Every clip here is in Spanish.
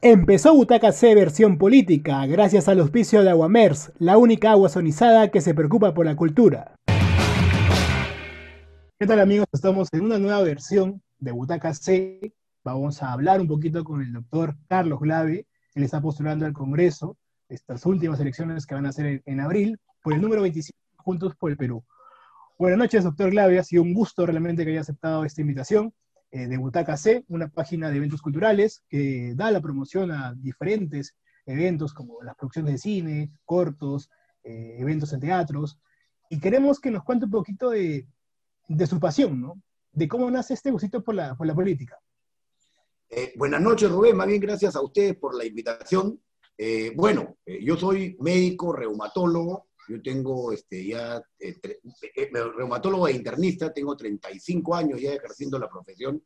Empezó Butaca C versión política, gracias al auspicio de Aguamers, la única agua sonizada que se preocupa por la cultura. ¿Qué tal amigos? Estamos en una nueva versión de Butaca C. Vamos a hablar un poquito con el doctor Carlos Glave. Él está postulando al Congreso, estas últimas elecciones que van a ser en abril, por el número 25, Juntos por el Perú. Buenas noches, doctor Glave. Ha sido un gusto realmente que haya aceptado esta invitación de Butaca C, una página de eventos culturales que da la promoción a diferentes eventos como las producciones de cine, cortos, eventos en teatros. Y queremos que nos cuente un poquito de su pasión, ¿no? De cómo nace este gustito por la política. Buenas noches, Rubén. Más bien gracias a ustedes por la invitación. Yo soy médico, reumatólogo. Yo tengo reumatólogo e internista, tengo 35 años ya ejerciendo la profesión.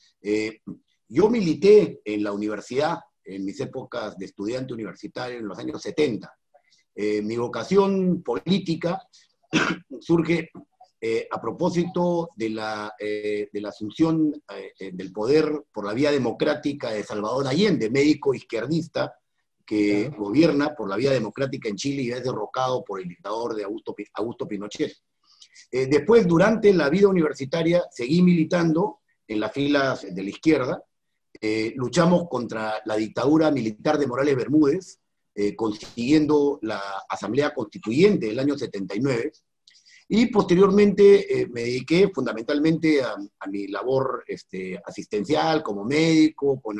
Yo milité en la universidad en mis épocas de estudiante universitario en los años 70. Mi vocación política surge a propósito de la asunción del poder por la vía democrática de Salvador Allende, médico izquierdista que gobierna por la vía democrática en Chile y es derrocado por el dictador de Augusto Pinochet. Después, durante la vida universitaria, seguí militando en las filas de la izquierda. Luchamos contra la dictadura militar de Morales Bermúdez, consiguiendo la Asamblea Constituyente del año 79. Y posteriormente me dediqué fundamentalmente a mi labor asistencial como médico, con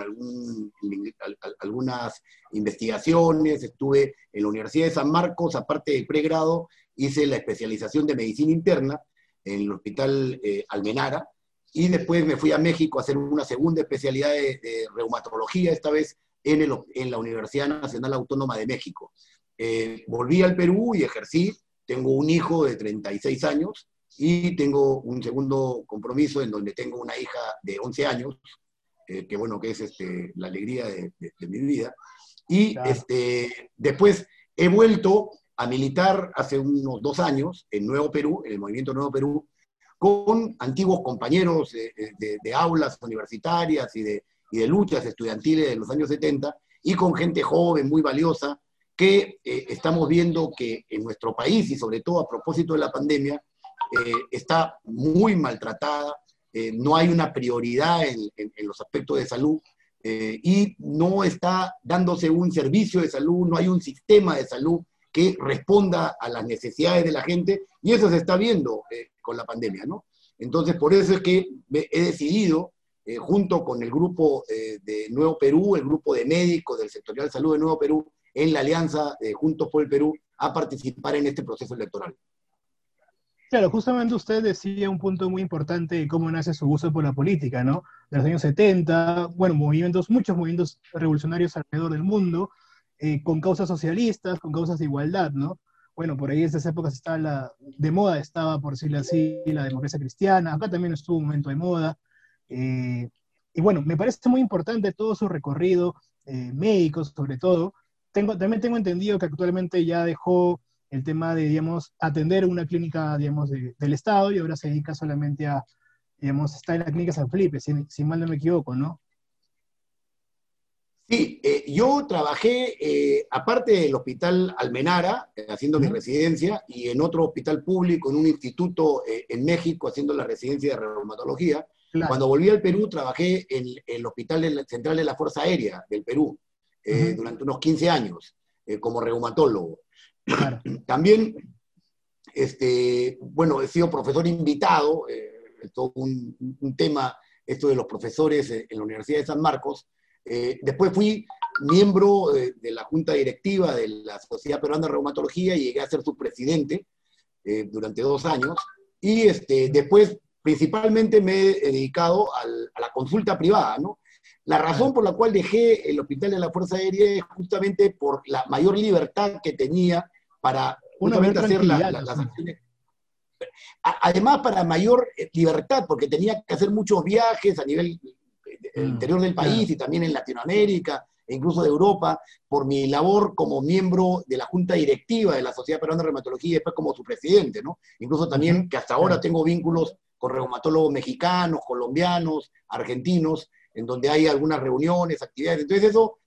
algunas investigaciones. Estuve en la Universidad de San Marcos, aparte del pregrado, hice la especialización de medicina interna en el Hospital Almenara, y después me fui a México a hacer una segunda especialidad de reumatología, esta vez en la Universidad Nacional Autónoma de México. Volví al Perú y ejercí. Tengo un hijo de 36 años y tengo un segundo compromiso en donde tengo una hija de 11 años, que es la alegría de mi vida. Y Claro. después he vuelto a militar hace unos 2 años en Nuevo Perú, en el Movimiento Nuevo Perú, con antiguos compañeros de aulas universitarias y de luchas estudiantiles de los años 70, y con gente joven, muy valiosa, que estamos viendo que en nuestro país, y sobre todo a propósito de la pandemia, está muy maltratada. No hay una prioridad en los aspectos de salud, y no está dándose un servicio de salud, no hay un sistema de salud que responda a las necesidades de la gente, y eso se está viendo con la pandemia, ¿no? Entonces, por eso es que he decidido, junto con el grupo de Nuevo Perú, el grupo de médicos del Sectorial de Salud de Nuevo Perú, en la alianza Juntos por el Perú, a participar en este proceso electoral. Claro, justamente usted decía un punto muy importante de cómo nace su gusto por la política, ¿no? De los años 70, bueno, muchos movimientos revolucionarios alrededor del mundo, con causas socialistas, con causas de igualdad, ¿no? Bueno, por ahí en esas épocas de moda estaba, por decirlo así, la democracia cristiana, acá también estuvo un momento de moda, eh, y bueno, me parece muy importante todo su recorrido, médico sobre todo. También tengo entendido que actualmente ya dejó el tema de, digamos, atender una clínica, digamos, del Estado, y ahora se dedica solamente a, digamos, está en la clínica San Felipe, si mal no me equivoco, ¿no? Sí, yo trabajé, aparte del Hospital Almenara, haciendo mi Ujú. residencia, y en otro hospital público, en un instituto en México, haciendo la residencia de reumatología. Claro. Cuando volví al Perú, trabajé en el Hospital Central de la Fuerza Aérea del Perú Ujú. durante unos 15 años, como reumatólogo. Claro. También, he sido profesor invitado, es todo un tema, esto de los profesores en la Universidad de San Marcos. Después fui miembro de la junta directiva de la Sociedad Peruana de Reumatología y llegué a ser su presidente durante 2 años. Y después, principalmente, me he dedicado a la consulta privada, ¿no? La razón Claro. por la cual dejé el Hospital de la Fuerza Aérea es justamente por la mayor libertad que tenía para Una mayor justamente hacer tranquilidad, las asumo. acciones. Además, para mayor libertad, porque tenía que hacer muchos viajes a nivel interior del Claro. país y también en Latinoamérica e incluso de Europa, por mi labor como miembro de la junta directiva de la Sociedad Peruana de Reumatología y después como su presidente, ¿no? Incluso Ujú. también que hasta ahora Claro. tengo vínculos con reumatólogos mexicanos, colombianos, argentinos, en donde hay algunas reuniones, actividades. Entonces eso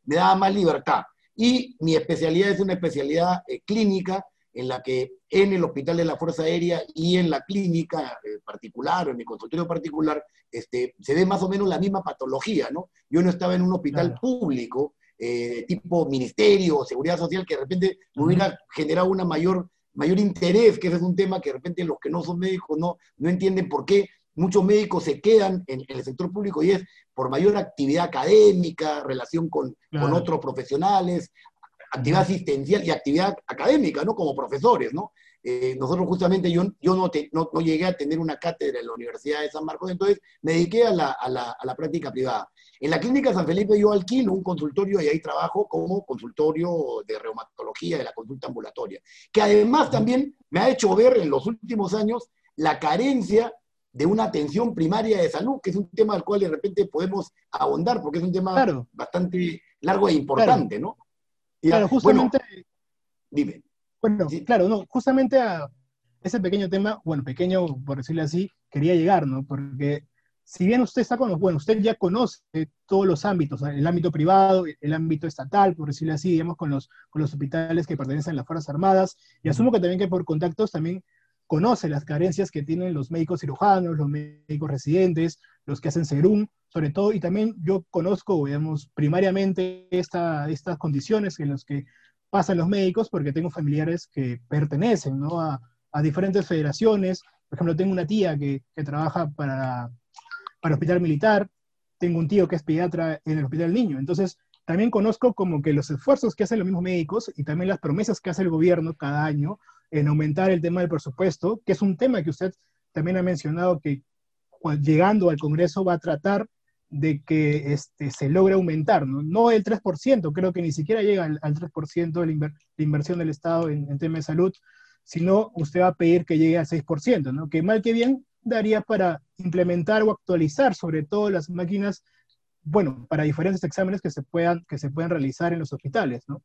me daba más libertad. Y mi especialidad es una especialidad clínica en la que en el Hospital de la Fuerza Aérea y en la clínica particular, o en mi consultorio particular, se ve más o menos la misma patología, ¿no? Yo no estaba en un hospital Claro. público, tipo ministerio o seguridad social, que de repente me hubiera generado una mayor interés, que ese es un tema que de repente los que no son médicos no entienden por qué muchos médicos se quedan en el sector público, y es por mayor actividad académica, relación con Claro. otros profesionales, actividad asistencial y actividad académica, ¿no? Como profesores, ¿no? Nosotros justamente, yo no llegué a tener una cátedra en la Universidad de San Marcos, entonces me dediqué a la práctica privada. En la Clínica San Felipe yo alquilo un consultorio y ahí trabajo como consultorio de reumatología, de la consulta ambulatoria, que además también me ha hecho ver en los últimos años la carencia de una atención primaria de salud, que es un tema al cual de repente podemos ahondar, porque es un tema Claro, bastante largo e claro, importante, ¿no? claro, Ya, bueno, justamente, dime. bueno, Sí, claro, no, justamente a ese pequeño tema, bueno, pequeño por decirlo así, quería llegar, ¿no? Porque si bien usted está con los, bueno, usted ya conoce todos los ámbitos, ¿no? El ámbito privado, el ámbito estatal, por decirlo así, digamos, con los hospitales que pertenecen a las Fuerzas Armadas, y asumo que también que por contactos también conoce las carencias que tienen los médicos cirujanos, los médicos residentes, los que hacen serum, sobre todo, y también yo conozco, digamos, primariamente estas condiciones en las que pasan los médicos porque tengo familiares que pertenecen, ¿no? A diferentes federaciones. Por ejemplo, tengo una tía que trabaja para el hospital militar, tengo un tío que es pediatra en el hospital del niño. Entonces, también conozco como que los esfuerzos que hacen los mismos médicos y también las promesas que hace el gobierno cada año en aumentar el tema del presupuesto, que es un tema que usted también ha mencionado que llegando al Congreso va a tratar de que se logre aumentar, ¿no? No el 3%, creo que ni siquiera llega al 3% de la inversión del Estado en temas de salud, sino usted va a pedir que llegue al 6%, ¿no? Que mal que bien daría para implementar o actualizar sobre todo las máquinas, bueno, para diferentes exámenes que se puedan realizar en los hospitales, ¿no?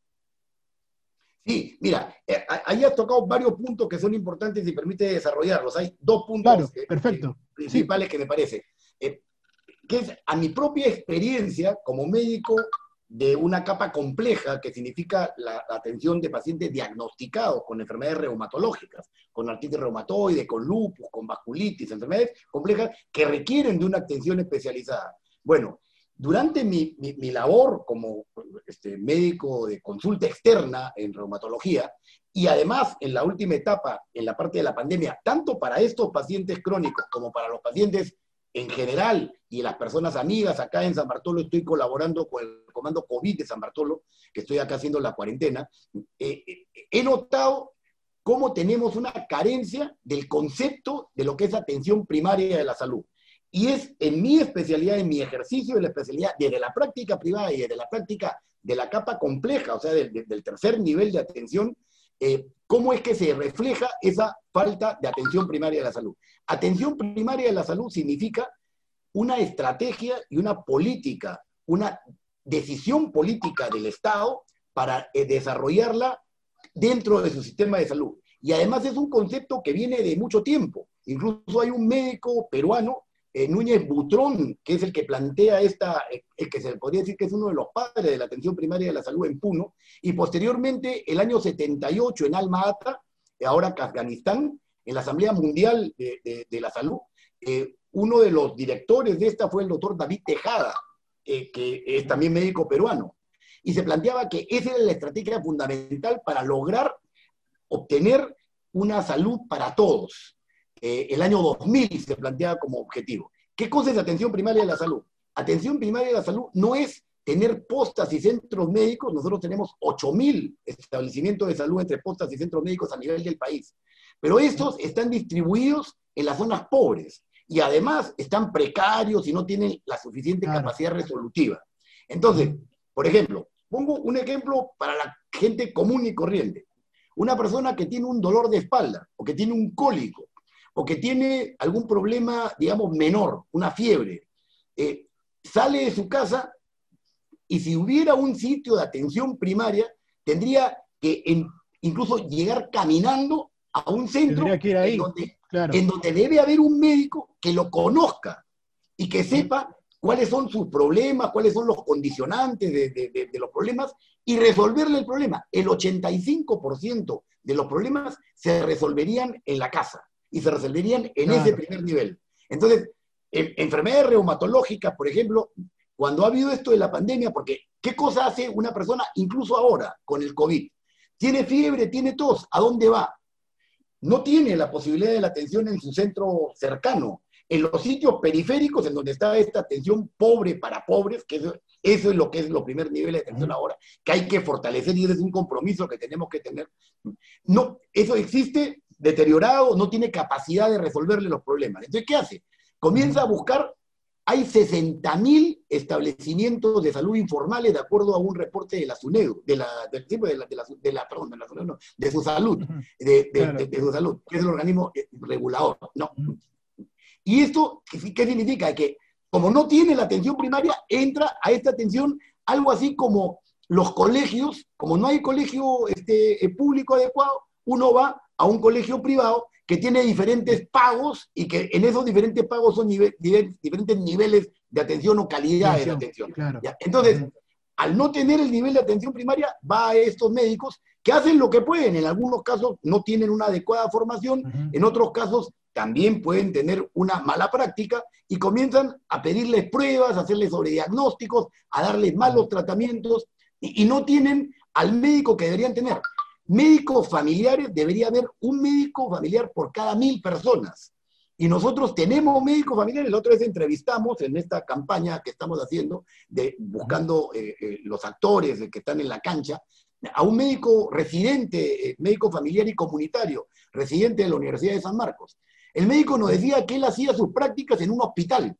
sí, mira, ahí has tocado varios puntos que son importantes y permite desarrollarlos. Hay dos puntos Claro, perfecto. Sí, principales que me parece. Que es a mi propia experiencia como médico de una capa compleja que significa la atención de pacientes diagnosticados con enfermedades reumatológicas, con artritis reumatoide, con lupus, con vasculitis, enfermedades complejas que requieren de una atención especializada. Bueno, durante mi labor como médico de consulta externa en reumatología, y además en la última etapa, en la parte de la pandemia, tanto para estos pacientes crónicos como para los pacientes en general y las personas amigas acá en San Bartolo, estoy colaborando con el Comando COVID de San Bartolo, que estoy acá haciendo la cuarentena, he notado cómo tenemos una carencia del concepto de lo que es atención primaria de la salud. Y es en mi especialidad, en mi ejercicio de la especialidad, desde la práctica privada y desde la práctica de la capa compleja, o sea, del tercer nivel de atención, cómo es que se refleja esa falta de atención primaria de la salud. Atención primaria de la salud significa una estrategia y una política, una decisión política del Estado para desarrollarla dentro de su sistema de salud. Y además es un concepto que viene de mucho tiempo. Incluso hay un médico peruano, Núñez Butrón, que es el que plantea que se podría decir que es uno de los padres de la atención primaria de la salud en Puno, y posteriormente, el año 78, en Alma-Ata, ahora Afganistán, en la Asamblea Mundial de la Salud, uno de los directores de esta fue el doctor David Tejada, que es también médico peruano, y se planteaba que esa era la estrategia fundamental para lograr obtener una salud para todos. El año 2000 se planteaba como objetivo. ¿Qué cosa es atención primaria de la salud? Atención primaria de la salud no es tener postas y centros médicos. Nosotros tenemos 8.000 establecimientos de salud entre postas y centros médicos a nivel del país, pero estos están distribuidos en las zonas pobres y además están precarios y no tienen la suficiente claro. capacidad resolutiva. Entonces, por ejemplo, pongo un ejemplo para la gente común y corriente. Una persona que tiene un dolor de espalda o que tiene un cólico o que tiene algún problema, digamos, menor, una fiebre, sale de su casa y si hubiera un sitio de atención primaria, tendría que incluso llegar caminando a un centro Tendría que ir ahí, claro. en donde debe haber un médico que lo conozca y que sepa cuáles son sus problemas, cuáles son los condicionantes de los problemas y resolverle el problema. El 85% de los problemas se resolverían en la casa y se resolverían en ese primer nivel. Entonces, enfermedades reumatológicas, por ejemplo, cuando ha habido esto de la pandemia, porque ¿qué cosa hace una persona incluso ahora con el COVID? Tiene fiebre, tiene tos, ¿a dónde va? No tiene la posibilidad de la atención en su centro cercano. En los sitios periféricos, en donde está esta atención pobre para pobres, que eso es lo que es los primer nivel de atención ahora, que hay que fortalecer y ese es un compromiso que tenemos que tener. No, eso existe deteriorado, no tiene capacidad de resolverle los problemas. Entonces, ¿qué hace? Comienza a buscar, hay 60.000 establecimientos de salud informales de acuerdo a un reporte de la SUNEDU, de su salud, de su salud, que es el organismo regulador. No. ¿Y esto qué significa? Que como no tiene la atención primaria, entra a esta atención algo así como los colegios, como no hay colegio público adecuado, uno va a un colegio privado que tiene diferentes pagos y que en esos diferentes pagos son diferentes niveles de atención o calidad de atención. Claro. Entonces, al no tener el nivel de atención primaria, va a estos médicos que hacen lo que pueden. En algunos casos no tienen una adecuada formación, en otros casos también pueden tener una mala práctica y comienzan a pedirles pruebas, a hacerles sobrediagnósticos, a darles malos tratamientos y no tienen al médico que deberían tener. Médicos familiares, debería haber un médico familiar por cada 1.000 personas. Y nosotros tenemos médicos familiares. La otra vez entrevistamos en esta campaña que estamos haciendo, buscando los actores que están en la cancha, a un médico residente, médico familiar y comunitario, residente de la Universidad de San Marcos. El médico nos decía que él hacía sus prácticas en un hospital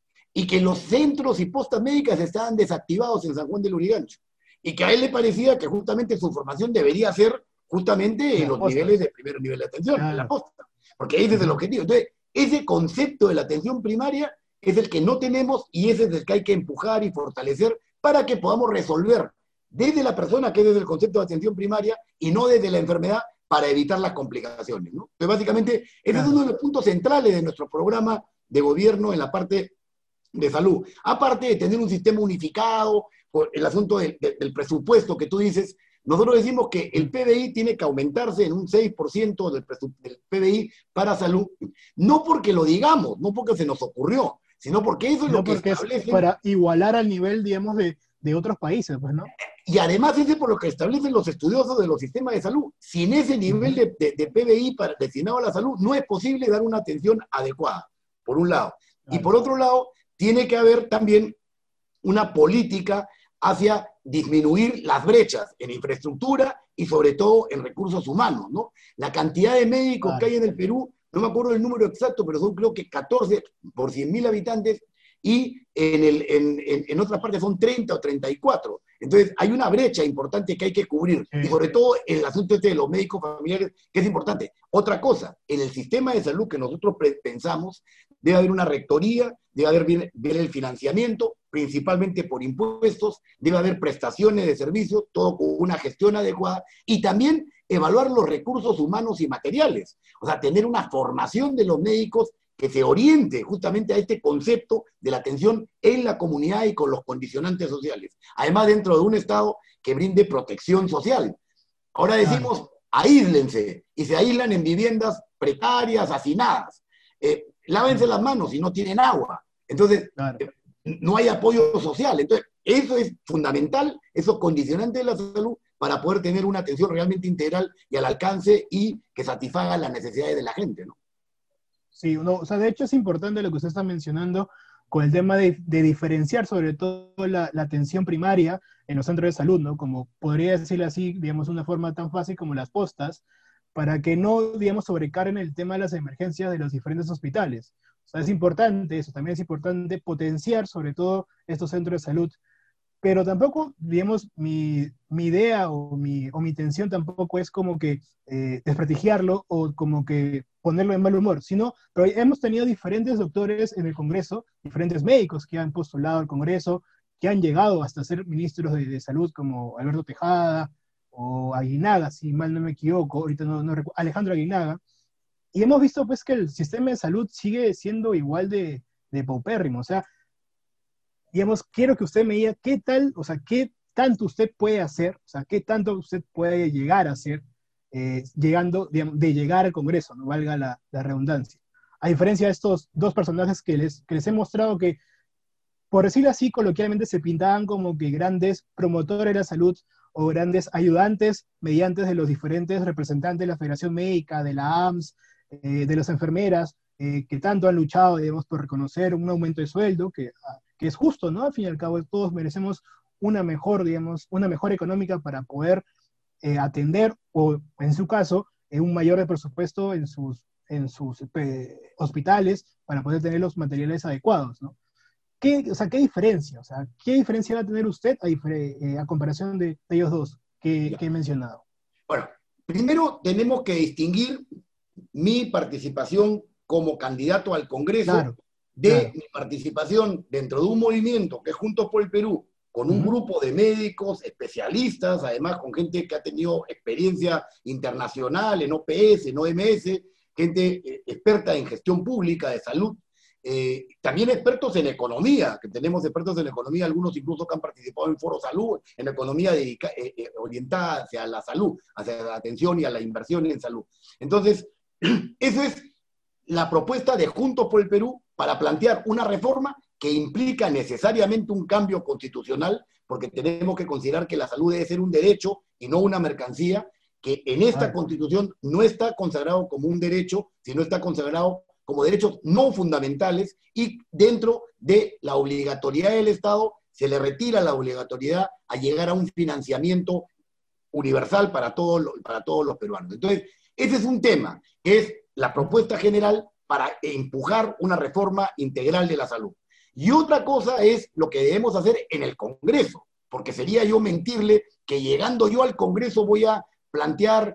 y que los centros y postas médicas estaban desactivados en San Juan del Lurigancho. Y que a él le parecía que justamente su formación debería ser justamente en los niveles de primer nivel de atención, en la posta. Porque ese es el objetivo. Entonces, ese concepto de la atención primaria es el que no tenemos y ese es el que hay que empujar y fortalecer para que podamos resolver desde la persona, que es desde el concepto de atención primaria, y no desde la enfermedad, para evitar las complicaciones, ¿no? Entonces, básicamente, ese es uno de los puntos centrales de nuestro programa de gobierno en la parte de salud. Aparte de tener un sistema unificado, por el asunto del presupuesto que tú dices, nosotros decimos que el PBI tiene que aumentarse en un 6% del PBI para salud, no porque lo digamos, no porque se nos ocurrió, sino porque eso es lo que establece. Es para igualar al nivel, digamos, de otros países, pues, ¿no? Y además ese es por lo que establecen los estudiosos de los sistemas de salud. Sin ese nivel de PBI destinado a la salud, no es posible dar una atención adecuada, por un lado. Claro. Y por otro lado, tiene que haber también una política hacia disminuir las brechas en infraestructura y sobre todo en recursos humanos, ¿no? La cantidad de médicos que hay en el Perú, no me acuerdo el número exacto, pero son creo que 14 por 100.000 habitantes, y en otras partes son 30 o 34. Entonces hay una brecha importante que hay que cubrir, y sobre todo el asunto de los médicos familiares, que es importante. Otra cosa, en el sistema de salud que nosotros pensamos, debe haber una rectoría, debe haber bien el financiamiento, principalmente por impuestos, debe haber prestaciones de servicios, todo con una gestión adecuada, y también evaluar los recursos humanos y materiales. O sea, tener una formación de los médicos que se oriente justamente a este concepto de la atención en la comunidad y con los condicionantes sociales. Además, dentro de un Estado que brinde protección social. Ahora decimos, aíslense, y se aíslan en viviendas precarias, hacinadas. Lávense las manos si no tienen agua. Entonces, no hay apoyo social. Entonces, eso es fundamental, esos condicionantes de la salud, para poder tener una atención realmente integral y al alcance y que satisfaga las necesidades de la gente, ¿no? Sí, o sea, de hecho es importante lo que usted está mencionando con el tema de diferenciar sobre todo la atención primaria en los centros de salud, ¿no? Como podría decirle así, digamos, una forma tan fácil como las postas, para que no, digamos, sobrecarguen el tema de las emergencias de los diferentes hospitales. O sea, es importante eso, también es importante potenciar sobre todo estos centros de salud. Pero tampoco, digamos, mi idea o mi intención tampoco es como que desprestigiarlo o como que ponerlo en mal humor, sino, pero hemos tenido diferentes doctores en el Congreso, diferentes médicos que han postulado al Congreso, que han llegado hasta ser ministros de salud, como Alberto Tejada o Aguinaga, si mal no me equivoco, ahorita no recuerdo, Alejandro Aguinaga, y hemos visto pues que el sistema de salud sigue siendo igual de paupérrimo, o sea, digamos, quiero que usted me diga qué tal, o sea, qué tanto usted puede hacer, o sea, qué tanto usted puede llegar a hacer, llegando, digamos, de llegar al Congreso, no valga la redundancia. A diferencia de estos dos personajes que les he mostrado que, por decirlo así, coloquialmente se pintaban como que grandes promotores de la salud o grandes ayudantes mediantes de los diferentes representantes de la Federación Médica, de la AMS, de las enfermeras, que tanto han luchado, digamos, por reconocer un aumento de sueldo, que es justo, ¿no? Al fin y al cabo, todos merecemos una mejor, digamos, una mejor económica para poder atender, o en su caso, un mayor de presupuesto en sus hospitales para poder tener los materiales adecuados, ¿no? O sea, ¿qué diferencia? O sea, ¿qué diferencia va a tener usted a comparación de ellos dos que he mencionado? Bueno, primero tenemos que distinguir mi participación como candidato al Congreso Claro, de claro. mi participación dentro de un movimiento que es Juntos por el Perú, con un Ujú. grupo de médicos, especialistas, además con gente que ha tenido experiencia internacional en OPS, en OMS, gente experta en gestión pública de salud, también expertos en economía, que tenemos expertos en economía, algunos incluso que han participado en Foro Salud, en economía orientada hacia la salud, hacia la atención y a la inversión en salud. Entonces, eso es la propuesta de Juntos por el Perú para plantear una reforma que implica necesariamente un cambio constitucional, porque tenemos que considerar que la salud debe ser un derecho y no una mercancía, que en esta Claro, constitución no está consagrado como un derecho, sino está consagrado como derechos no fundamentales, y dentro de la obligatoriedad del Estado se le retira la obligatoriedad a llegar a un financiamiento universal para todos los peruanos. Entonces, ese es un tema, que es la propuesta general para empujar una reforma integral de la salud. Y otra cosa es lo que debemos hacer en el Congreso, porque sería yo mentirle que llegando yo al Congreso voy a plantear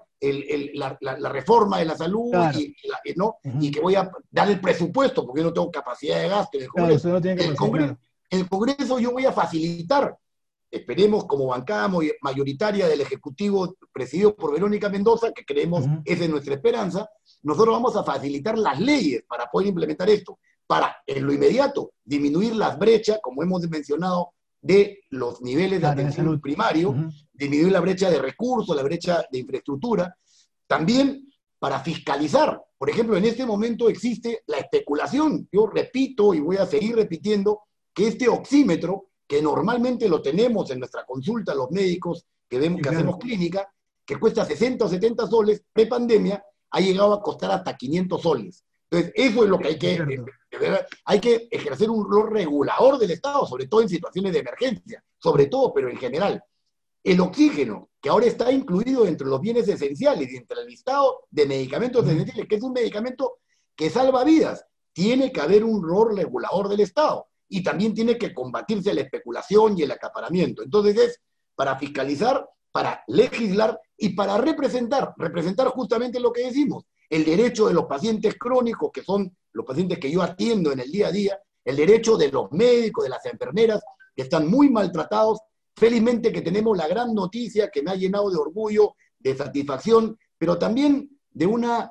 la reforma de la salud claro. ¿no? Y Ujú. que voy a dar el presupuesto, porque yo no tengo capacidad de gasto en el Claro, Congreso. usted no tiene El capacidad, Congreso, claro. el Congreso yo voy a facilitar, esperemos como bancada mayoritaria del Ejecutivo presidido por Verónica Mendoza, que creemos Ujú. esa es nuestra esperanza, nosotros vamos a facilitar las leyes para poder implementar esto, para en lo inmediato disminuir las brechas, como hemos mencionado, de los niveles de Claro, de atención salud. primario, Ujú. disminuir la brecha de recursos, la brecha de infraestructura, también para fiscalizar. Por ejemplo, en este momento existe la especulación. Yo repito y voy a seguir repitiendo que este oxímetro, que normalmente lo tenemos en nuestra consulta los médicos que, vemos, Sí, que claro. hacemos clínica, que cuesta 60 o 70 soles, pre-pandemia, ha llegado a costar hasta 500 soles. Entonces, eso es lo que Es cierto. hay que ejercer un rol regulador del Estado, sobre todo en situaciones de emergencia, sobre todo, pero en general. El oxígeno, que ahora está incluido entre los bienes esenciales y entre el listado de medicamentos Ujú. esenciales, que es un medicamento que salva vidas, tiene que haber un rol regulador del Estado y también tiene que combatirse la especulación y el acaparamiento. Entonces es para fiscalizar, para legislar y para representar justamente lo que decimos, el derecho de los pacientes crónicos, que son los pacientes que yo atiendo en el día a día, el derecho de los médicos, de las enfermeras, que están muy maltratados. Felizmente que tenemos la gran noticia que me ha llenado de orgullo, de satisfacción, pero también de,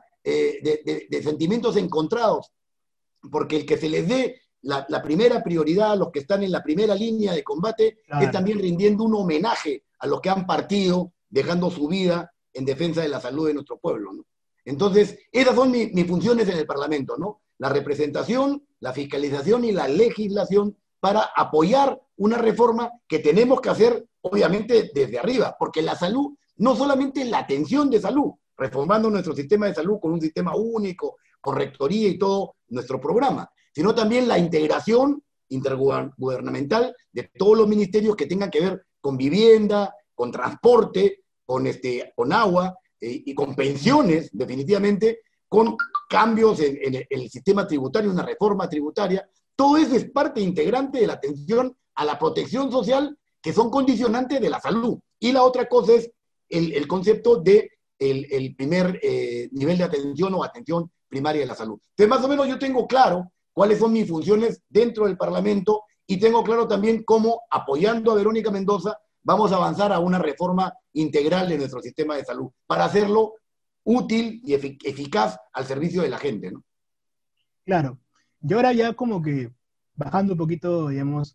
de sentimientos encontrados, porque el que se les dé la primera prioridad a los que están en la primera línea de combate es Claro. también rindiendo un homenaje a los que han partido, dejando su vida en defensa de la salud de nuestro pueblo, ¿no? Entonces, esas son mis funciones en el Parlamento, ¿no? La representación, la fiscalización y la legislación para apoyar una reforma que tenemos que hacer, obviamente, desde arriba, porque la salud no solamente es la atención de salud, reformando nuestro sistema de salud con un sistema único, con rectoría y todo nuestro programa, sino también la integración intergubernamental de todos los ministerios que tengan que ver con vivienda, con transporte, con agua y con pensiones, definitivamente, con cambios en el sistema tributario, una reforma tributaria. Todo eso es parte integrante de la atención a la protección social, que son condicionantes de la salud. Y la otra cosa es el concepto de el primer nivel de atención o atención primaria de la salud. Entonces, más o menos yo tengo claro cuáles son mis funciones dentro del Parlamento y tengo claro también cómo, apoyando a Verónica Mendoza, vamos a avanzar a una reforma integral de nuestro sistema de salud para hacerlo útil y eficaz al servicio de la gente, ¿no? Claro. Y ahora ya como que bajando un poquito, digamos,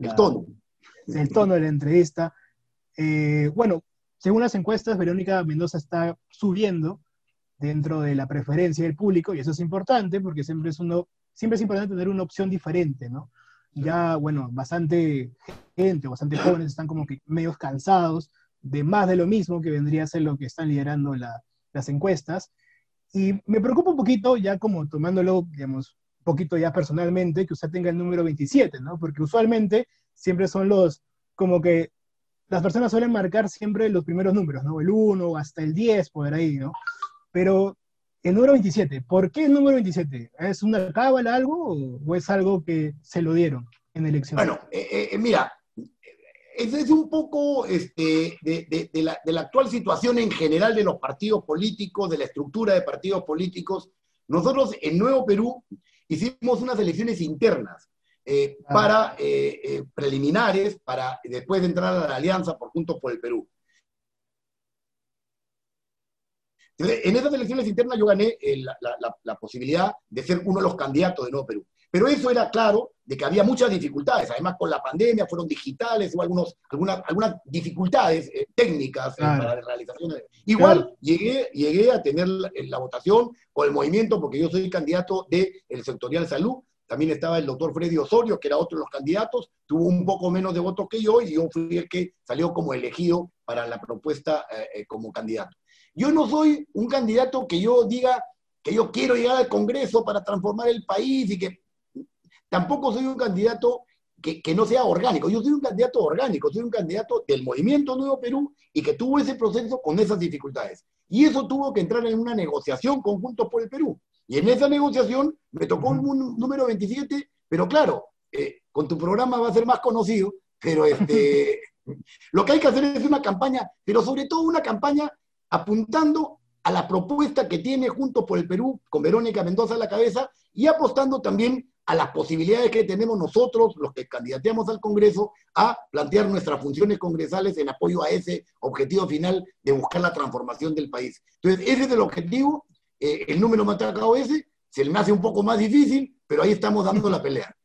el tono. El tono de la entrevista. Bueno, según las encuestas, Verónica Mendoza está subiendo dentro de la preferencia del público, y eso es importante porque siempre es importante tener una opción diferente, ¿no? Ya, bueno, bastante gente, bastante jóvenes están como que medios cansados de más de lo mismo que vendría a ser lo que están liderando las encuestas. Y me preocupa un poquito, ya como tomándolo, digamos, un poquito ya personalmente, que usted tenga el número 27, ¿no? Porque usualmente siempre son como que las personas suelen marcar siempre los primeros números, ¿no? El 1 hasta el 10, por ahí, ¿no? Pero el número 27, ¿por qué el número 27? ¿Es una cábala algo o es algo que se lo dieron en elección? Bueno, mira, es un poco de la actual situación en general de los partidos políticos, de la estructura de partidos políticos. Nosotros en Nuevo Perú hicimos unas elecciones internas para preliminares, para después de entrar a la alianza por Juntos por el Perú. En esas elecciones internas yo gané la posibilidad de ser uno de los candidatos de Nuevo Perú. Pero eso era claro de que había muchas dificultades. Además, con la pandemia fueron digitales, hubo algunas dificultades técnicas para la realización. Igual llegué a tener la votación con el movimiento, porque yo soy candidato del sectorial salud. También estaba el doctor Freddy Osorio, que era otro de los candidatos, tuvo un poco menos de votos que yo, y yo fui el que salió como elegido para la propuesta como candidato. Yo no soy un candidato que yo diga que yo quiero llegar al Congreso para transformar el país, y que tampoco soy un candidato que no sea orgánico. Yo soy un candidato orgánico, soy un candidato del Movimiento Nuevo Perú y que tuvo ese proceso con esas dificultades. Y eso tuvo que entrar en una negociación con Juntos por el Perú. Y en esa negociación me tocó un número 27, pero claro, con tu programa va a ser más conocido, pero lo que hay que hacer es una campaña, pero sobre todo una campaña apuntando a la propuesta que tiene Juntos por el Perú, con Verónica Mendoza a la cabeza, y apostando también a las posibilidades que tenemos nosotros, los que candidateamos al Congreso, a plantear nuestras funciones congresales en apoyo a ese objetivo final de buscar la transformación del país. Entonces, ese es el objetivo. El número me ha atacado ese, se me hace un poco más difícil, pero ahí estamos dando la pelea.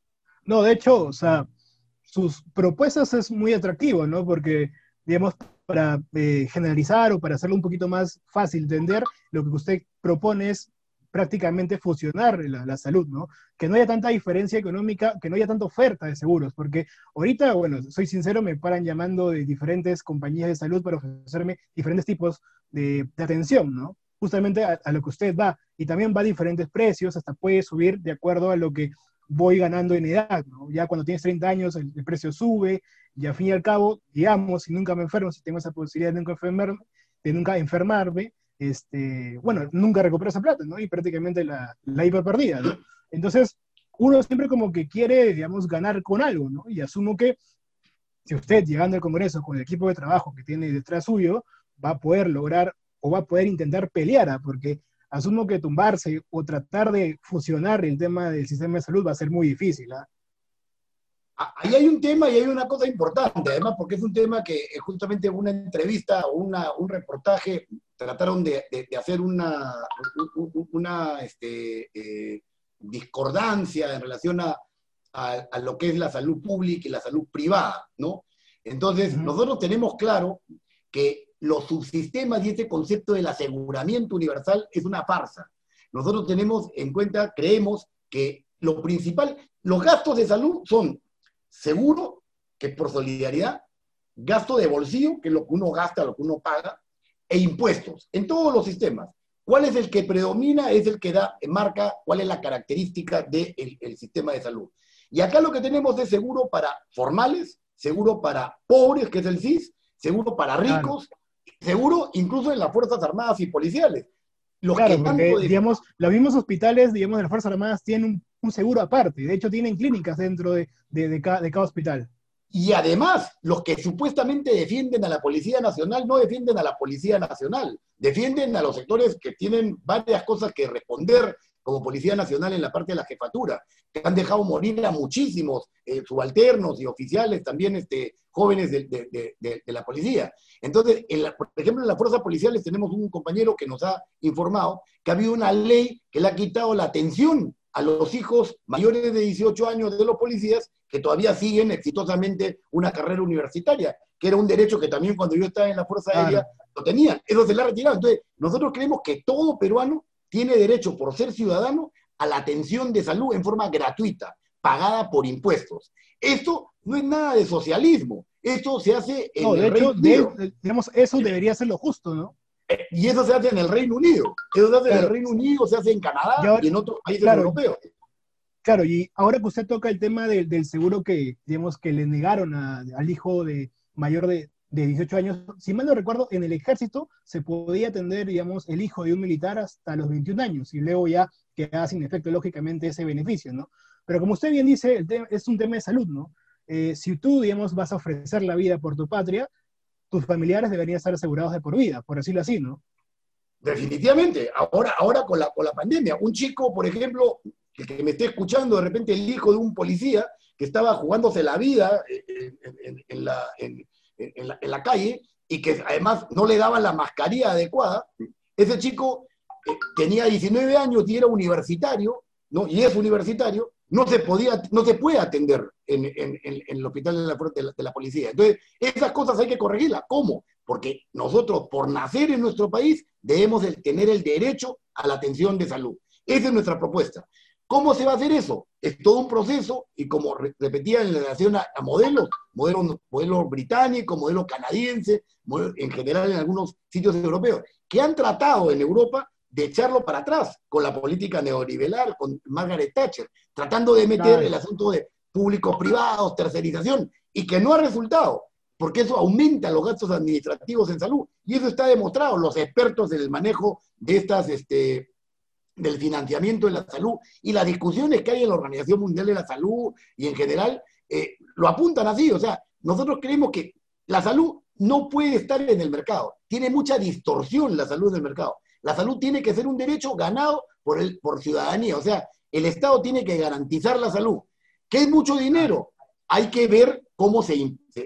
No, de hecho, o sea, sus propuestas es muy atractivo, ¿no? Porque, digamos, para generalizar o para hacerlo un poquito más fácil de entender, lo que usted propone es prácticamente fusionar la salud, ¿no? Que no haya tanta diferencia económica, que no haya tanta oferta de seguros, porque ahorita, bueno, soy sincero, me paran llamando de diferentes compañías de salud para ofrecerme diferentes tipos de atención, ¿no? Justamente a lo que usted va, y también va a diferentes precios, hasta puede subir de acuerdo a lo que voy ganando en edad, ¿no? Ya cuando tienes 30 años el precio sube, y al fin y al cabo, digamos, si nunca me enfermo, si tengo esa posibilidad de nunca enfermarme, bueno, nunca recupero esa plata, ¿no? Y prácticamente la iba perdida, ¿no? Entonces, uno siempre como que quiere, digamos, ganar con algo, ¿no? Y asumo que si usted, llegando al Congreso con el equipo de trabajo que tiene detrás suyo, va a poder lograr o va a poder intentar pelear, ¿ah? Porque asumo que tumbarse o tratar de fusionar el tema del sistema de salud va a ser muy difícil, ¿ah? Ahí hay un tema y hay una cosa importante, además, porque es un tema que justamente una entrevista o un reportaje trataron de hacer una discordancia en relación a lo que es la salud pública y la salud privada, ¿no? Entonces, nosotros tenemos claro que los subsistemas y este concepto del aseguramiento universal es una farsa. Nosotros tenemos en cuenta, creemos que lo principal, los gastos de salud son seguro, que es por solidaridad, gasto de bolsillo, que es lo que uno gasta, lo que uno paga, e impuestos, en todos los sistemas. ¿Cuál es el que predomina? Es el que marca cuál es la característica del sistema de salud. Y acá lo que tenemos es seguro para formales, seguro para pobres, que es el SIS, seguro para ricos, seguro incluso en las Fuerzas Armadas y Policiales. Claro, porque, digamos, los mismos hospitales, digamos, de las Fuerzas Armadas tienen un seguro aparte. De hecho, tienen clínicas dentro de cada hospital. Y además, los que supuestamente defienden a la Policía Nacional no defienden a la Policía Nacional, defienden a los sectores que tienen varias cosas que responder como Policía Nacional en la parte de la jefatura, que han dejado morir a muchísimos subalternos y oficiales, también jóvenes de la policía. Entonces, por ejemplo, en las fuerzas policiales tenemos un compañero que nos ha informado que ha habido una ley que le ha quitado la atención a los hijos mayores de 18 años de los policías que todavía siguen exitosamente una carrera universitaria, que era un derecho que también cuando yo estaba en la Fuerza Aérea lo tenían. Eso se le ha retirado. Entonces, nosotros creemos que todo peruano tiene derecho, por ser ciudadano, a la atención de salud en forma gratuita, pagada por impuestos. Esto no es nada de socialismo. Esto se hace en el Reino Unido. Digamos, eso debería ser lo justo, ¿no? Y eso se hace en el Reino Unido. Eso se hace en el Claro. Reino Unido, se hace en Canadá ahora, y en otros países claro, europeos. claro, y ahora que usted toca el tema del seguro que, digamos, que le negaron al hijo mayor de 18 años, si mal no recuerdo, en el ejército se podía atender, digamos, el hijo de un militar hasta los 21 años, y luego ya quedaba sin efecto, lógicamente, ese beneficio, ¿no? Pero como usted bien dice, es un tema de salud, ¿no? Si tú, digamos, vas a ofrecer la vida por tu patria, tus familiares deberían estar asegurados de por vida, por decirlo así, ¿no? Definitivamente. Ahora con la pandemia. Un chico, por ejemplo, que me esté escuchando, de repente el hijo de un policía que estaba jugándose la vida en la calle y que además no le daban la mascarilla adecuada, ese chico tenía 19 años y era universitario, ¿no? Y es universitario, no se puede atender en el hospital de la policía. Entonces, esas cosas hay que corregirlas. ¿Cómo? Porque nosotros, por nacer en nuestro país, debemos tener el derecho a la atención de salud. Esa es nuestra propuesta. ¿Cómo se va a hacer eso? Es todo un proceso, y como repetía en relación a modelo británico, modelo canadiense, en general en algunos sitios europeos, que han tratado en Europa de echarlo para atrás con la política neoliberal, con Margaret Thatcher, tratando de meter el asunto de públicos privados, tercerización, y que no ha resultado, porque eso aumenta los gastos administrativos en salud, y eso está demostrado. Los expertos en el manejo de del financiamiento de la salud y las discusiones que hay en la Organización Mundial de la Salud y en general, lo apuntan así. O sea, nosotros creemos que la salud no puede estar en el mercado. Tiene mucha distorsión la salud del mercado. La salud tiene que ser un derecho ganado por ciudadanía. O sea, el Estado tiene que garantizar la salud. ¿Qué es mucho dinero? Hay que ver cómo se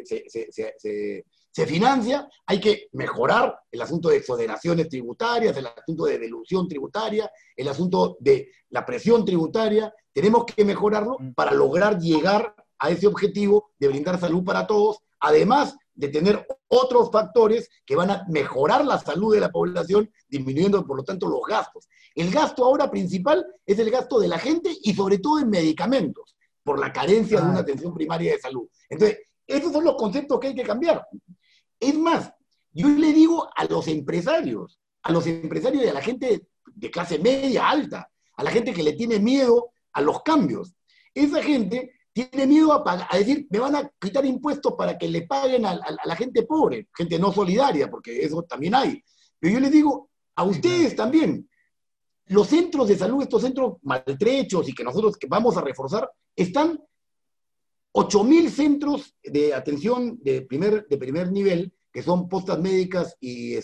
financia, hay que mejorar el asunto de exoneraciones tributarias, el asunto de delusión tributaria, el asunto de la presión tributaria. Tenemos que mejorarlo para lograr llegar a ese objetivo de brindar salud para todos, además de tener otros factores que van a mejorar la salud de la población, disminuyendo, por lo tanto, los gastos. El gasto ahora principal es el gasto de la gente y sobre todo en medicamentos, por la carencia de una atención primaria de salud. Entonces, esos son los conceptos que hay que cambiar. Es más, yo le digo a los empresarios y a la gente de clase media, alta, a la gente que le tiene miedo a los cambios. Esa gente tiene miedo a decir, me van a quitar impuestos para que le paguen a la gente pobre, gente no solidaria, porque eso también hay. Pero yo les digo a ustedes también, los centros de salud, estos centros maltrechos y que nosotros vamos a reforzar, están 8.000 centros de atención de primer nivel, que son postas médicas y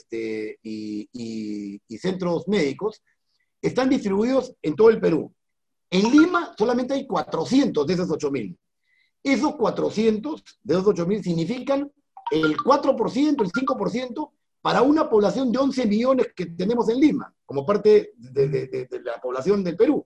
centros médicos, están distribuidos en todo el Perú. En Lima solamente hay 400 de esos 8.000. Esos 400 de esos 8.000 significan el 4%, el 5% para una población de 11 millones que tenemos en Lima, como parte de la población del Perú.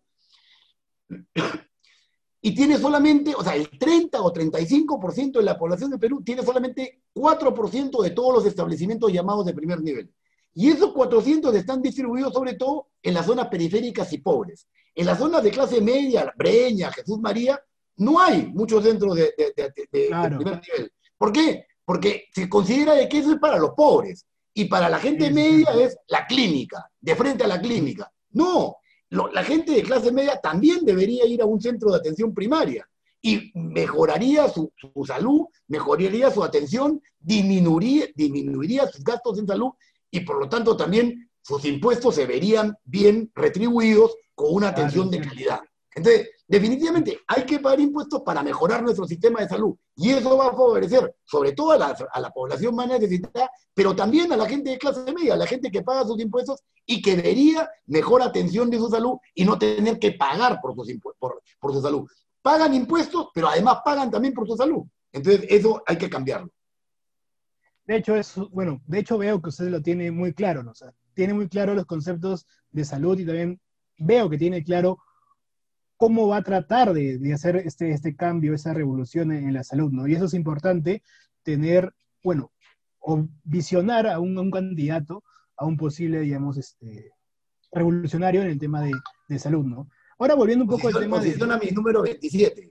Y tiene solamente, o sea, el 30 o 35% de la población del Perú tiene solamente 4% de todos los establecimientos llamados de primer nivel. Y esos 400 están distribuidos sobre todo en las zonas periféricas y pobres. En las zonas de clase media, Breña, Jesús María, no hay muchos centros de primer nivel. ¿Por qué? Porque se considera de que eso es para los pobres. Y para la gente media es la clínica, de frente a la clínica. No, la gente de clase media también debería ir a un centro de atención primaria y mejoraría su salud, mejoraría su atención, disminuiría sus gastos en salud y por lo tanto también sus impuestos se verían bien retribuidos con una atención de calidad. Entonces, definitivamente hay que pagar impuestos para mejorar nuestro sistema de salud y eso va a favorecer sobre todo a la población más necesitada, pero también a la gente de clase media, a la gente que paga sus impuestos y que vería mejor atención de su salud y no tener que pagar por su salud. Pagan impuestos, pero además pagan también por su salud. Entonces, eso hay que cambiarlo. De hecho veo que usted lo tiene muy claro, ¿no? O sea, tiene muy claro los conceptos de salud y también veo que tiene claro cómo va a tratar de hacer este cambio, esa revolución en la salud, ¿no? Y eso es importante, tener, bueno, o visionar a un candidato, a un posible, digamos, revolucionario en el tema de salud, ¿no? Ahora volviendo un poco al tema Posiciona mi número 27.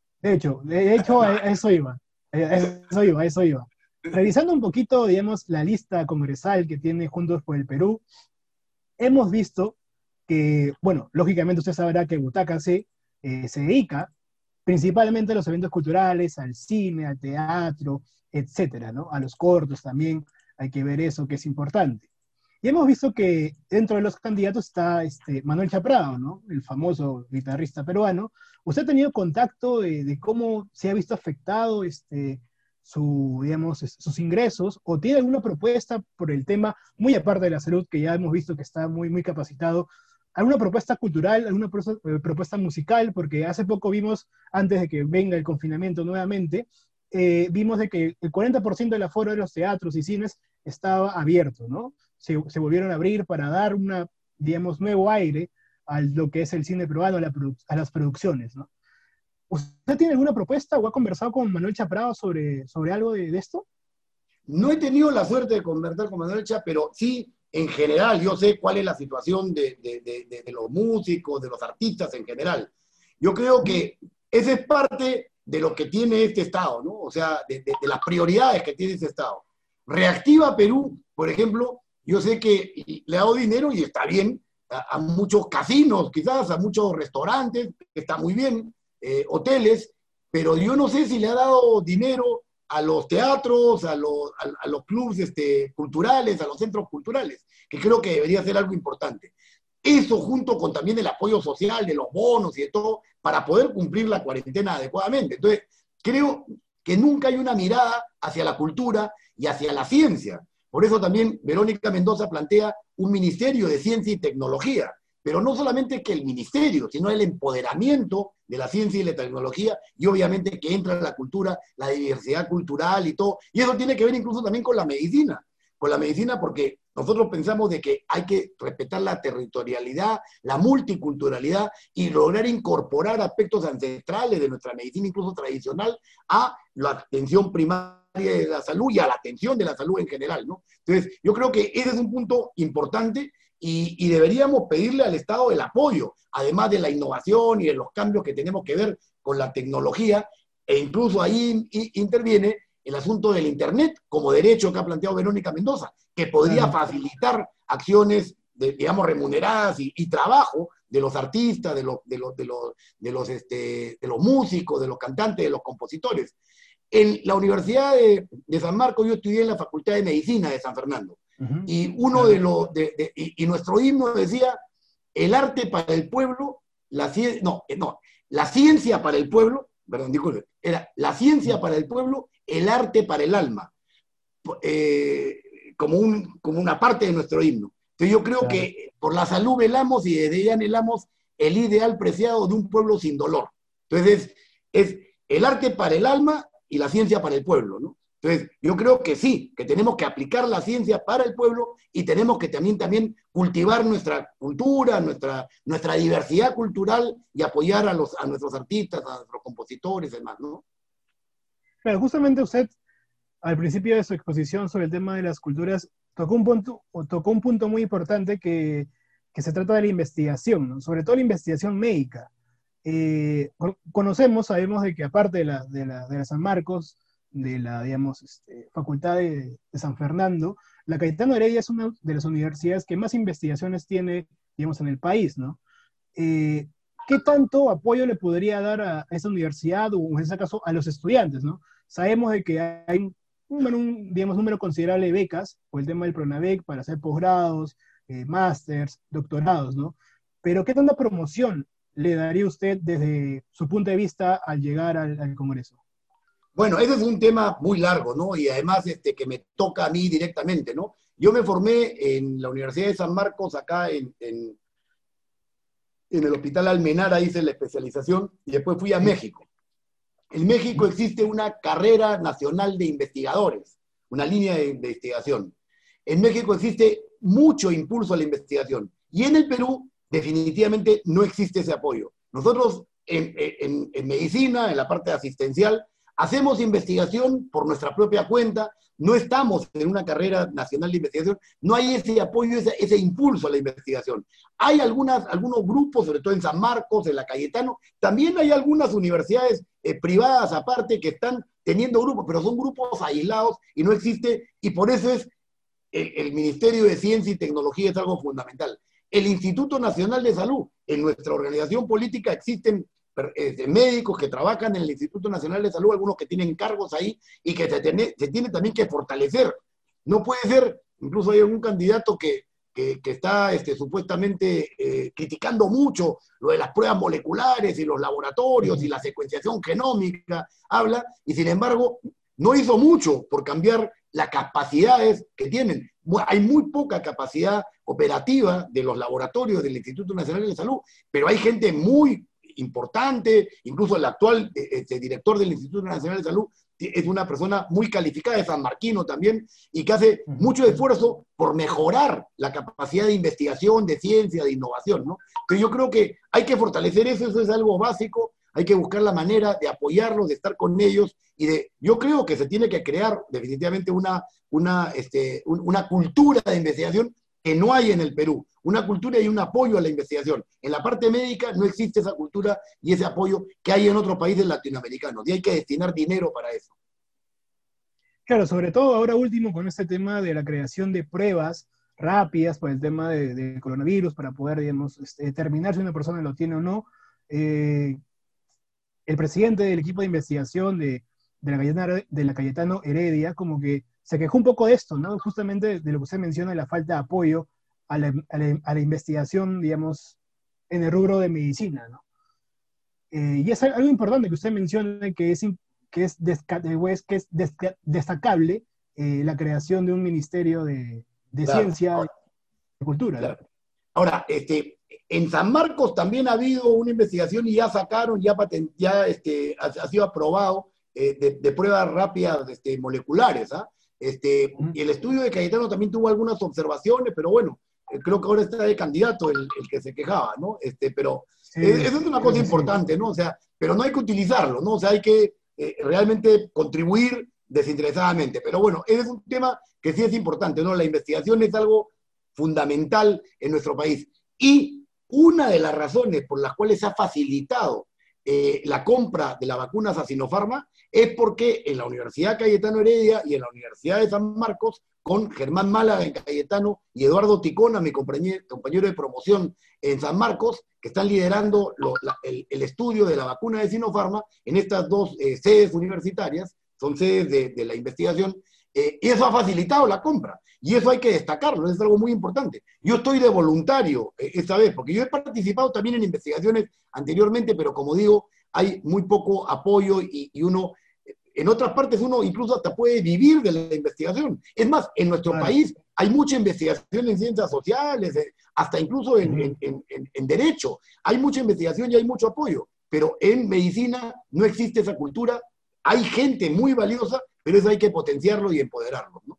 de hecho, a eso iba, a eso iba. Revisando un poquito, digamos, la lista congresal que tiene Juntos por el Perú, hemos visto que, bueno, lógicamente usted sabrá que Butaca C se dedica principalmente a los eventos culturales, al cine, al teatro, etcétera, ¿no? A los cortos también, hay que ver eso, que es importante. Y hemos visto que dentro de los candidatos está Manuel Chaprado, ¿no? El famoso guitarrista peruano. ¿Usted ha tenido contacto de cómo se ha visto afectado digamos, sus ingresos? ¿O tiene alguna propuesta por el tema, muy aparte de la salud, que ya hemos visto que está muy, muy capacitado? ¿Alguna propuesta cultural, alguna propuesta musical? Porque hace poco vimos, antes de que venga el confinamiento nuevamente, vimos de que el 40% del aforo de los teatros y cines estaba abierto, ¿no? Se volvieron a abrir para dar digamos, nuevo aire a lo que es el cine peruano, a las producciones, ¿no? ¿Usted tiene alguna propuesta o ha conversado con Manuel Chaprado sobre algo de esto? No he tenido la suerte de conversar con Manuel Cha, pero sí, en general, yo sé cuál es la situación de los músicos, de los artistas en general. Yo creo que esa es parte de lo que tiene este Estado, ¿no? O sea, de las prioridades que tiene este Estado. Reactiva Perú, por ejemplo, yo sé que le ha dado dinero y está bien a muchos casinos, quizás, a muchos restaurantes, que está muy bien, hoteles, pero yo no sé si le ha dado dinero a los teatros, a los clubes culturales, a los centros culturales, que creo que debería ser algo importante. Eso junto con también el apoyo social, de los bonos y de todo, para poder cumplir la cuarentena adecuadamente. Entonces, creo que nunca hay una mirada hacia la cultura y hacia la ciencia. Por eso también Verónica Mendoza plantea un ministerio de ciencia y tecnología, pero no solamente que el ministerio, sino el empoderamiento de la ciencia y la tecnología, y obviamente que entra la cultura, la diversidad cultural y todo, y eso tiene que ver incluso también con la medicina porque nosotros pensamos de que hay que respetar la territorialidad, la multiculturalidad y lograr incorporar aspectos ancestrales de nuestra medicina, incluso tradicional, a la atención primaria de la salud y a la atención de la salud en general, ¿no? Entonces, yo creo que ese es un punto importante y deberíamos pedirle al Estado el apoyo, además de la innovación y de los cambios que tenemos que ver con la tecnología, e incluso ahí interviene el asunto del Internet como derecho que ha planteado Verónica Mendoza, que podría facilitar acciones, digamos, remuneradas y trabajo de los artistas, de los músicos, de los cantantes, de los compositores. En la Universidad de San Marcos yo estudié en la Facultad de Medicina de San Fernando. Y uno y nuestro himno decía, el arte para el pueblo, la ciencia para el pueblo, perdón, disculpe, era la ciencia para el pueblo, el arte para el alma, como una parte de nuestro himno. Entonces yo creo que por la salud velamos y desde ella anhelamos el ideal preciado de un pueblo sin dolor. Entonces es el arte para el alma y la ciencia para el pueblo, ¿no? Entonces, yo creo que sí, que tenemos que aplicar la ciencia para el pueblo y tenemos que también cultivar nuestra cultura, nuestra diversidad cultural y apoyar a nuestros artistas, a nuestros compositores y demás, ¿no? Pero justamente usted, al principio de su exposición sobre el tema de las culturas, tocó un punto muy importante que se trata de la investigación, ¿no? Sobre todo la investigación médica. Sabemos de que aparte de la San Marcos, de la, digamos, Facultad de San Fernando, la Cayetano Heredia es una de las universidades que más investigaciones tiene, digamos, en el país, ¿no? ¿Qué tanto apoyo le podría dar a esa universidad, o en ese caso a los estudiantes, ¿no? Sabemos de que hay digamos, número considerable de becas, por el tema del Pronavec, para hacer posgrados, másters, doctorados, ¿no? Pero ¿qué tanta promoción le daría usted desde su punto de vista al llegar al Congreso? Bueno, ese es un tema muy largo, ¿no? Y además que me toca a mí directamente, ¿no? Yo me formé en la Universidad de San Marcos, acá en el Hospital Almenara, hice la especialización y después fui a México. En México existe una carrera nacional de investigadores, una línea de investigación. En México existe mucho impulso a la investigación y en el Perú definitivamente no existe ese apoyo. Nosotros en medicina, en la parte asistencial, hacemos investigación por nuestra propia cuenta, no estamos en una carrera nacional de investigación, no hay ese apoyo, ese impulso a la investigación. Hay algunos grupos, sobre todo en San Marcos, en la Cayetano, también hay algunas universidades privadas aparte que están teniendo grupos, pero son grupos aislados y no existe, y por eso es el Ministerio de Ciencia y Tecnología es algo fundamental. El Instituto Nacional de Salud, en nuestra organización política existen médicos que trabajan en el Instituto Nacional de Salud, algunos que tienen cargos ahí y que se tiene también que fortalecer. No puede ser, incluso hay algún candidato que está supuestamente criticando mucho lo de las pruebas moleculares y los laboratorios y la secuenciación genómica, habla, y sin embargo no hizo mucho por cambiar las capacidades que tienen. Hay muy poca capacidad operativa de los laboratorios del Instituto Nacional de Salud, pero hay gente muy importante, incluso el actual director del Instituto Nacional de Salud es una persona muy calificada, es sanmarquino también, y que hace mucho esfuerzo por mejorar la capacidad de investigación, de ciencia, de innovación, ¿no? Entonces yo creo que hay que fortalecer eso es algo básico, hay que buscar la manera de apoyarlos, de estar con ellos, yo creo que se tiene que crear definitivamente una cultura de investigación que no hay en el Perú, una cultura y un apoyo a la investigación. En la parte médica no existe esa cultura y ese apoyo que hay en otros países latinoamericanos, y hay que destinar dinero para eso. Claro, sobre todo ahora último con este tema de la creación de pruebas rápidas por el tema de coronavirus para poder, digamos, determinar si una persona lo tiene o no. El presidente del equipo de investigación de la Cayetano Heredia como que se quejó un poco de esto, ¿no? Justamente de lo que usted menciona, la falta de apoyo a la investigación, digamos, en el rubro de medicina, ¿no? Y es algo importante que usted mencione que es destacable la creación de un ministerio de Claro. ciencia y cultura. Claro. Ahora, en San Marcos también ha habido una investigación y ya sacaron, ha sido aprobado de pruebas rápidas moleculares, ¿ah? Y el estudio de Cayetano también tuvo algunas observaciones, pero bueno, creo que ahora está de candidato el que se quejaba, ¿no? Pero sí, eso es una cosa importante, ¿no? O sea, pero no hay que utilizarlo, ¿no? O sea, hay que realmente contribuir desinteresadamente. Pero bueno, ese es un tema que sí es importante, ¿no? La investigación es algo fundamental en nuestro país. Y una de las razones por las cuales se ha facilitado la compra de las vacunas a Sinopharma es porque en la Universidad Cayetano Heredia y en la Universidad de San Marcos, con Germán Málaga en Cayetano y Eduardo Ticona, mi compañero de promoción en San Marcos, que están liderando el estudio de la vacuna de Sinopharma en estas dos sedes universitarias, son sedes de la investigación, y eso ha facilitado la compra. Y eso hay que destacarlo, es algo muy importante. Yo estoy de voluntario esta vez, porque yo he participado también en investigaciones anteriormente, pero como digo, hay muy poco apoyo y uno, en otras partes uno incluso hasta puede vivir de la investigación. Es más, en nuestro país hay mucha investigación en ciencias sociales, hasta incluso en derecho. Hay mucha investigación y hay mucho apoyo, pero en medicina no existe esa cultura. Hay gente muy valiosa, pero eso hay que potenciarlo y empoderarlo, ¿no?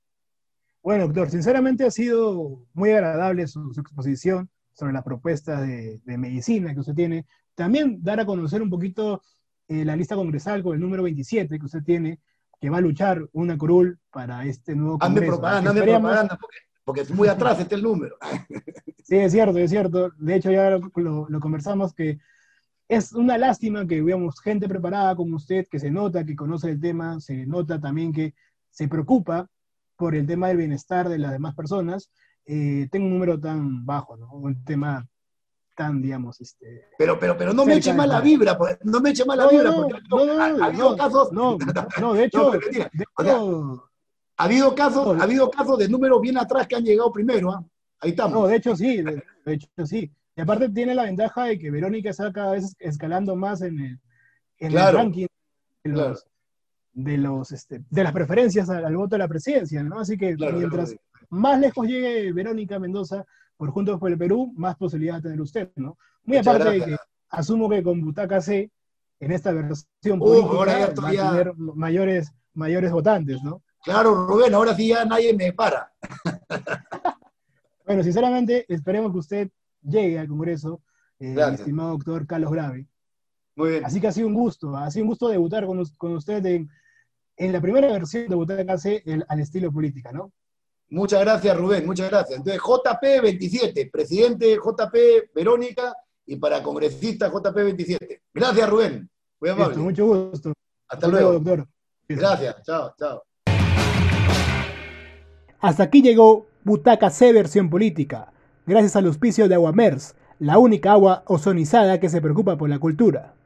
Bueno, doctor, sinceramente ha sido muy agradable su exposición sobre las propuestas de medicina que usted tiene. También dar a conocer un poquito la lista congresal con el número 27 que usted tiene, que va a luchar una curul para este nuevo congreso. Hazme propaganda, porque es muy atrás el número. Sí, es cierto, es cierto. De hecho, ya lo conversamos, que es una lástima que veamos gente preparada como usted, que se nota que conoce el tema, se nota también que se preocupa por el tema del bienestar de las demás personas, tenga un número tan bajo, ¿no? Un tema tan, digamos, Pero no me eche mala vibra, pues, no me eche mala vibra, porque ha habido casos... de hecho... Ha habido casos de números bien atrás que han llegado primero, ¿ah? Ahí estamos. No, de hecho sí, de hecho sí. Y aparte tiene la ventaja de que Verónica está cada vez escalando más en el ranking de las preferencias al voto de la presidencia, ¿no? Así que mientras más lejos llegue Verónica Mendoza por Juntos por el Perú, más posibilidades va a tener usted, ¿no? Muy aparte de que asumo que con Butaca C, en esta versión política, va a tener mayores votantes, ¿no? Claro, Rubén, ahora sí ya nadie me para. Bueno, sinceramente, esperemos que usted llegue al Congreso, mi Gracias. estimado doctor Carlos Grave. Muy bien. Así que ha sido un gusto debutar con usted en la primera versión de Butaca C al estilo política, ¿no? Muchas gracias, Rubén, muchas gracias. Entonces, JP27, presidente JP Verónica y para congresista JP27. Gracias, Rubén. Muy Listo, amable. mucho gusto. Hasta Hasta luego, luego. doctor. Gracias. Chao, chao. Hasta aquí llegó Butaca C versión política, gracias al auspicio de Aguamers, la única agua ozonizada que se preocupa por la cultura.